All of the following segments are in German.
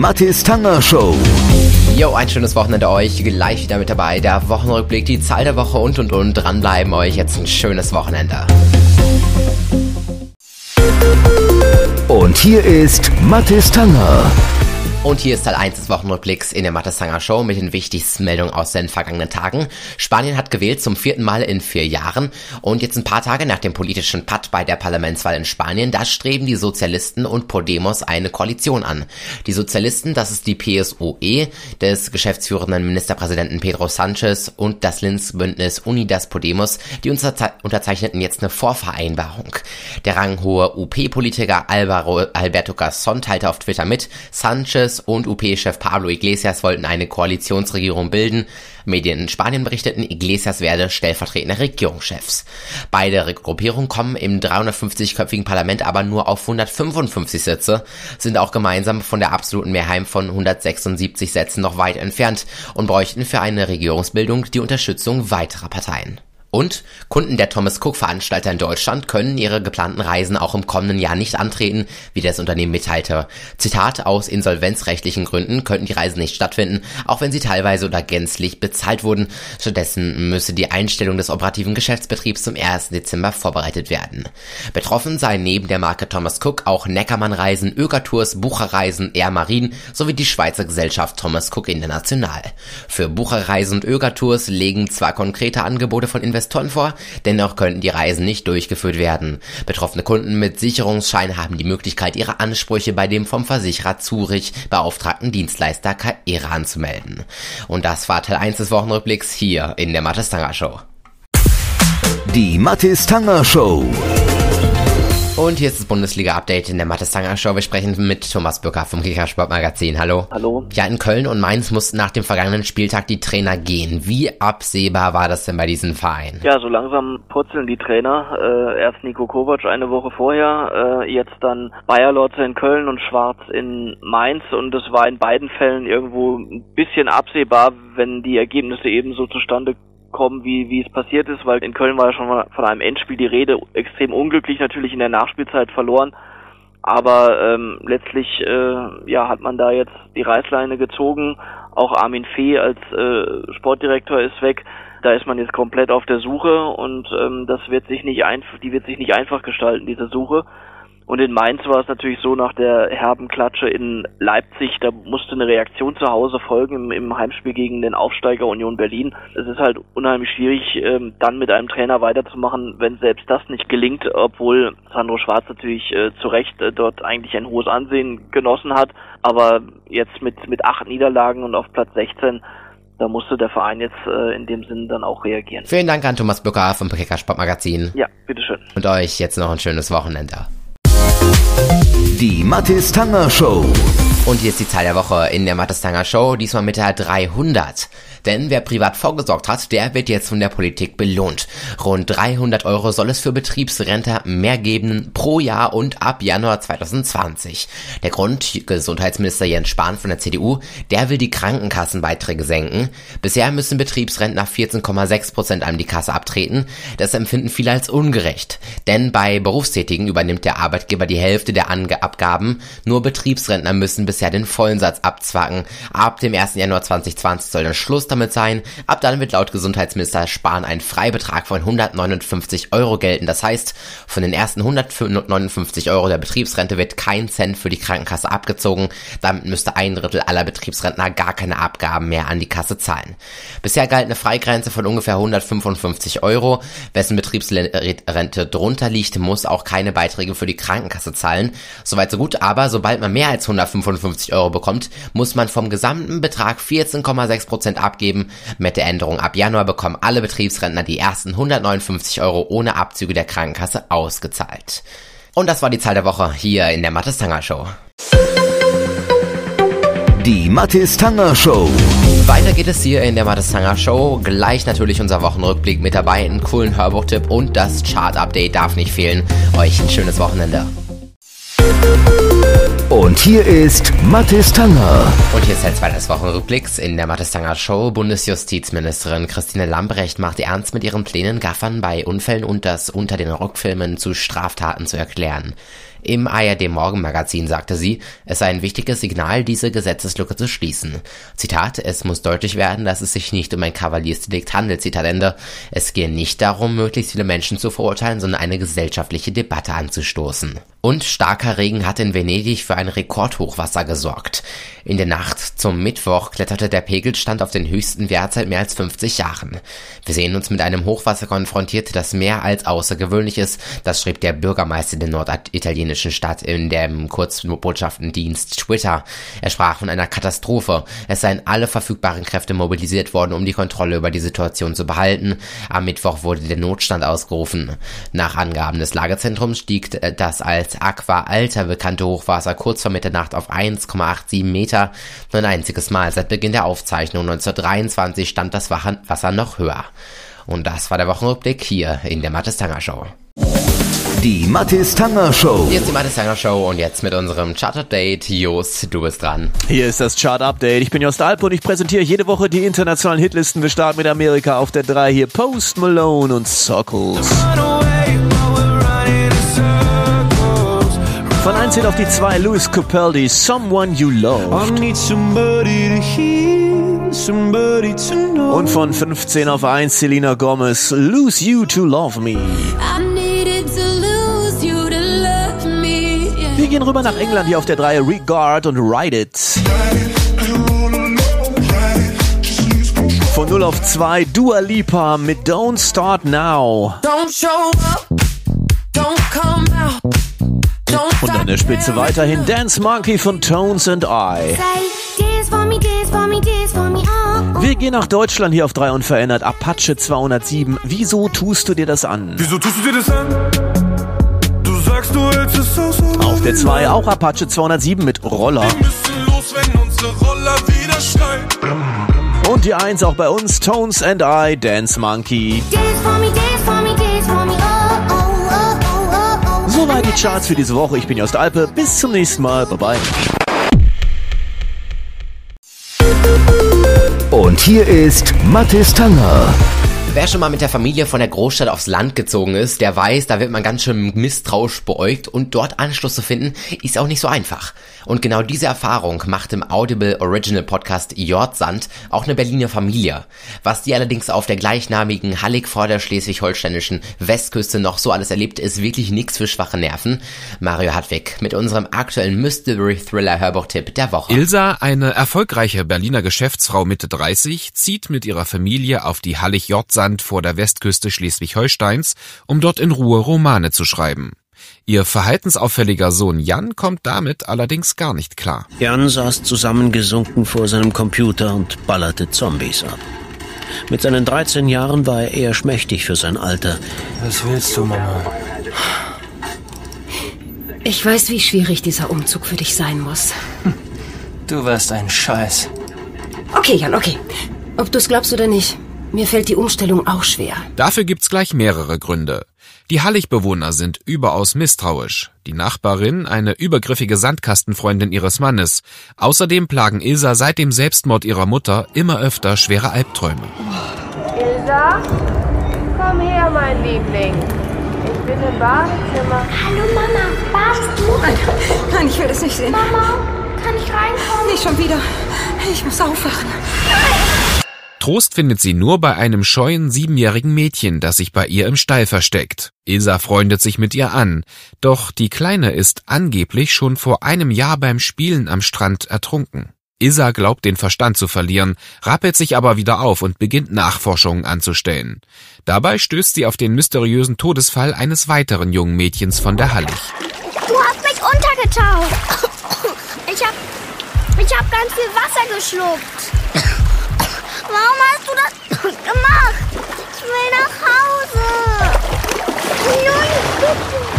Mathis Tanger Show. Jo, ein schönes Wochenende euch. Gleich wieder mit dabei. Der Wochenrückblick, die Zahl der Woche und. Dranbleiben euch jetzt ein schönes Wochenende. Und hier ist Mathis Tanger. Und hier ist Teil 1 des Wochenrückblicks in der Mathis Tanger Show mit den wichtigsten Meldungen aus den vergangenen Tagen. Spanien hat gewählt zum 4. Mal in 4 Jahren und jetzt ein paar Tage nach dem politischen Patt bei der Parlamentswahl in Spanien, da streben die Sozialisten und Podemos eine Koalition an. Die Sozialisten, das ist die PSOE des geschäftsführenden Ministerpräsidenten Pedro Sánchez und das Linksbündnis Unidas Podemos, die unterzeichneten jetzt eine Vorvereinbarung. Der ranghohe UP-Politiker Alberto Garzón teilte auf Twitter mit, Sánchez und UP-Chef Pablo Iglesias wollten eine Koalitionsregierung bilden. Medien in Spanien berichteten, Iglesias werde stellvertretender Regierungschefs. Beide Gruppierungen kommen im 350-köpfigen Parlament aber nur auf 155 Sitze, sind auch gemeinsam von der absoluten Mehrheit von 176 Sätzen noch weit entfernt und bräuchten für eine Regierungsbildung die Unterstützung weiterer Parteien. Und Kunden der Thomas Cook Veranstalter in Deutschland können ihre geplanten Reisen auch im kommenden Jahr nicht antreten, wie das Unternehmen mitteilte. Zitat: Aus insolvenzrechtlichen Gründen könnten die Reisen nicht stattfinden, auch wenn sie teilweise oder gänzlich bezahlt wurden. Stattdessen müsse die Einstellung des operativen Geschäftsbetriebs zum 1. Dezember vorbereitet werden. Betroffen seien neben der Marke Thomas Cook auch Neckermann Reisen, Öger Tours, Bucherreisen, Air Marine sowie die Schweizer Gesellschaft Thomas Cook International. Für Bucherreisen und Öger Tours legen zwar konkrete Angebote von Investoren vor, dennoch könnten die Reisen nicht durchgeführt werden. Betroffene Kunden mit Sicherungsschein haben die Möglichkeit, ihre Ansprüche bei dem vom Versicherer Zurich beauftragten Dienstleister Caera anzumelden. Und das war Teil 1 des Wochenrückblicks hier in der Mathis Tanger Show. Die Mathis Tanger Show. Und hier ist das Bundesliga-Update in der Mathis Tanger Show. Wir sprechen mit Thomas Bücker vom Kicker Sportmagazin. Hallo. Hallo. Ja, in Köln und Mainz mussten nach dem vergangenen Spieltag die Trainer gehen. Wie absehbar war das denn bei diesen Vereinen? Ja, so langsam purzeln die Trainer. Erst Niko Kovac eine Woche vorher, jetzt dann Bayer Lorze in Köln und Schwarz in Mainz. Und es war in beiden Fällen irgendwo ein bisschen absehbar, wenn die Ergebnisse eben so zustande kommen, wie es passiert ist, weil in Köln war ja schon von einem Endspiel die Rede, extrem unglücklich natürlich in der Nachspielzeit verloren, aber letztlich hat man da jetzt die Reißleine gezogen, auch Armin Fee als Sportdirektor ist weg, da ist man jetzt komplett auf der Suche und die wird sich nicht einfach gestalten, diese Suche. Und in Mainz war es natürlich so, nach der herben Klatsche in Leipzig, da musste eine Reaktion zu Hause folgen im Heimspiel gegen den Aufsteiger Union Berlin. Es ist halt unheimlich schwierig, dann mit einem Trainer weiterzumachen, wenn selbst das nicht gelingt, obwohl Sandro Schwarz natürlich zu Recht dort eigentlich ein hohes Ansehen genossen hat. Aber jetzt mit 8 Niederlagen und auf Platz 16, da musste der Verein jetzt in dem Sinn dann auch reagieren. Vielen Dank an Thomas Bücker vom Kicker Sportmagazin. Ja, bitteschön. Und euch jetzt noch ein schönes Wochenende. Die Mathis Tanger Show. Und hier ist die Zahl der Woche in der Mathis Tanger Show, diesmal mit der 300. Denn wer privat vorgesorgt hat, der wird jetzt von der Politik belohnt. Rund 300 € soll es für Betriebsrentner mehr geben pro Jahr und ab Januar 2020. Der Grund: Gesundheitsminister Jens Spahn von der CDU, der will die Krankenkassenbeiträge senken. Bisher müssen Betriebsrentner 14,6% an die Kasse abtreten. Das empfinden viele als ungerecht. Denn bei Berufstätigen übernimmt der Arbeitgeber die Hälfte der Abgaben. Nur Betriebsrentner müssen bisher den vollen Satz abzwacken. Ab dem 1. Januar 2020 soll dann Schluss damit sein. Ab dann wird laut Gesundheitsminister Spahn ein Freibetrag von 159 € gelten. Das heißt, von den ersten 159 € der Betriebsrente wird kein Cent für die Krankenkasse abgezogen. Damit müsste 1/3 aller Betriebsrentner gar keine Abgaben mehr an die Kasse zahlen. Bisher galt eine Freigrenze von ungefähr 155 €. Wessen Betriebsrente drunter liegt, muss auch keine Beiträge für die Krankenkasse zahlen. Soweit so gut, aber sobald man mehr als 155 € bekommt, muss man vom gesamten Betrag 14,6% abgeben. Mit der Änderung ab Januar bekommen alle Betriebsrentner die ersten 159 € ohne Abzüge der Krankenkasse ausgezahlt. Und das war die Zahl der Woche hier in der Mathis Tanger Show. Die Mathis Tanger Show. Weiter geht es hier in der Mathis Tanger Show. Gleich natürlich unser Wochenrückblick mit dabei, einen coolen Hörbuchtipp und das Chart-Update darf nicht fehlen. Euch ein schönes Wochenende. Und hier ist Mathis Tanger. Und hier ist Teil 2 des Wochenrückblicks in der Mathis Tanger Show. Bundesjustizministerin Christine Lambrecht macht ernst mit ihren Plänen, Gaffern bei Unfällen und das unter den Rockfilmen zu Straftaten zu erklären. Im ARD-Morgenmagazin sagte sie, es sei ein wichtiges Signal, diese Gesetzeslücke zu schließen. Zitat, es muss deutlich werden, dass es sich nicht um ein Kavaliersdelikt handelt, Zitat Ende. Es gehe nicht darum, möglichst viele Menschen zu verurteilen, sondern eine gesellschaftliche Debatte anzustoßen. Und starker Regen hat in Venedig für ein Rekordhochwasser gesorgt. In der Nacht zum Mittwoch kletterte der Pegelstand auf den höchsten Wert seit mehr als 50 Jahren. Wir sehen uns mit einem Hochwasser konfrontiert, das mehr als außergewöhnlich ist. Das schrieb der Bürgermeister der norditalienischen Stadt in dem Kurzbotschaftendienst Twitter. Er sprach von einer Katastrophe. Es seien alle verfügbaren Kräfte mobilisiert worden, um die Kontrolle über die Situation zu behalten. Am Mittwoch wurde der Notstand ausgerufen. Nach Angaben des Lagezentrums stieg das als Aqua Alta bekannte Hochwasser kurz vor Mitternacht auf 1,87 Meter. Nur ein einziges Mal seit Beginn der Aufzeichnung 1923 stand das Wasser noch höher. Und das war der Wochenrückblick hier in der Mathis Tanger Show. Die Mathis Tanger Show. Hier ist die Mathis Tanger Show und jetzt mit unserem Chart-Update. Jos, du bist dran. Hier ist das Chart-Update. Ich bin Jost Alp und ich präsentiere jede Woche die internationalen Hitlisten. Wir starten mit Amerika auf der 3. Hier Post Malone und Circles. Von 1 auf die 2 Louis Capaldi, Someone You Love. Und von 15 auf 1 Selena Gomez, Lose You to Love Me. Wir gehen rüber nach England, hier auf der 3 Regard und Ride It. Von 0 auf 2 Dua Lipa mit Don't Start Now. Und an der Spitze weiterhin Dance Monkey von Tones and I. Wir gehen nach Deutschland, hier auf 3 unverändert Apache 207. Wieso tust du dir das an? Wieso tust du dir das an? Du sagst, du hältst es aus. Auf der 2 auch Apache 207 mit Roller. Wir müssen los, wenn unsere Roller wieder schreien. Und die 1 auch bei uns, Tones and I, Dance Monkey. Soweit die Charts für diese Woche. Ich bin Jost Alpe. Bis zum nächsten Mal. Bye bye. Und hier ist Mathis Tanger. Wer schon mal mit der Familie von der Großstadt aufs Land gezogen ist, der weiß, da wird man ganz schön misstrauisch beäugt und dort Anschluss zu finden, ist auch nicht so einfach. Und genau diese Erfahrung macht im Audible Original Podcast Jordsand auch eine Berliner Familie. Was die allerdings auf der gleichnamigen Hallig vor der schleswig-holsteinischen Westküste noch so alles erlebt, ist wirklich nichts für schwache Nerven. Mario Hartwig mit unserem aktuellen Mystery-Thriller-Hörbuchtipp der Woche. Ilsa, eine erfolgreiche Berliner Geschäftsfrau Mitte 30, zieht mit ihrer Familie auf die Hallig Jordsand vor der Westküste Schleswig-Holsteins, um dort in Ruhe Romane zu schreiben. Ihr verhaltensauffälliger Sohn Jan kommt damit allerdings gar nicht klar. Jan saß zusammengesunken vor seinem Computer und ballerte Zombies ab. Mit seinen 13 Jahren war er eher schmächtig für sein Alter. Was willst du, Mama? Ich weiß, wie schwierig dieser Umzug für dich sein muss. Du warst ein Scheiß. Okay, Jan, okay. Ob du es glaubst oder nicht, mir fällt die Umstellung auch schwer. Dafür gibt's gleich mehrere Gründe. Die Halligbewohner sind überaus misstrauisch. Die Nachbarin, eine übergriffige Sandkastenfreundin ihres Mannes. Außerdem plagen Ilsa seit dem Selbstmord ihrer Mutter immer öfter schwere Albträume. Ilsa, komm her, mein Liebling. Ich bin im Badezimmer. Hallo Mama, badest du? Nein, ich will das nicht sehen. Mama, kann ich reinkommen? Nicht schon wieder. Ich muss aufwachen. Trost findet sie nur bei einem scheuen 7-jährigen Mädchen, das sich bei ihr im Stall versteckt. Ilsa freundet sich mit ihr an, doch die Kleine ist angeblich schon vor einem Jahr beim Spielen am Strand ertrunken. Ilsa glaubt, den Verstand zu verlieren, rappelt sich aber wieder auf und beginnt Nachforschungen anzustellen. Dabei stößt sie auf den mysteriösen Todesfall eines weiteren jungen Mädchens von der Hallig. Du hast mich untergetaucht. Ich hab ganz viel Wasser geschluckt. Warum hast du das gemacht? Ich will nach Hause. Nein,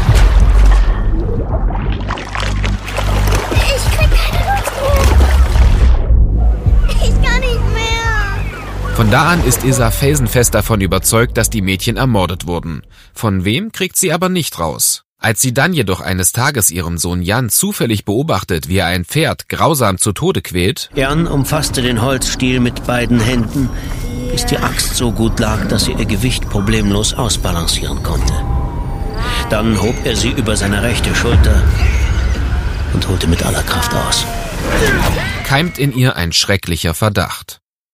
bitte. Ich krieg keine Luft mehr. Ich kann nicht mehr. Von da an ist Ilsa felsenfest davon überzeugt, dass die Mädchen ermordet wurden. Von wem kriegt sie aber nicht raus. Als sie dann jedoch eines Tages ihren Sohn Jan zufällig beobachtet, wie er ein Pferd grausam zu Tode quält... Jan umfasste den Holzstiel mit beiden Händen, bis die Axt so gut lag, dass sie ihr Gewicht problemlos ausbalancieren konnte. Dann hob er sie über seine rechte Schulter und holte mit aller Kraft aus. Keimt in ihr ein schrecklicher Verdacht.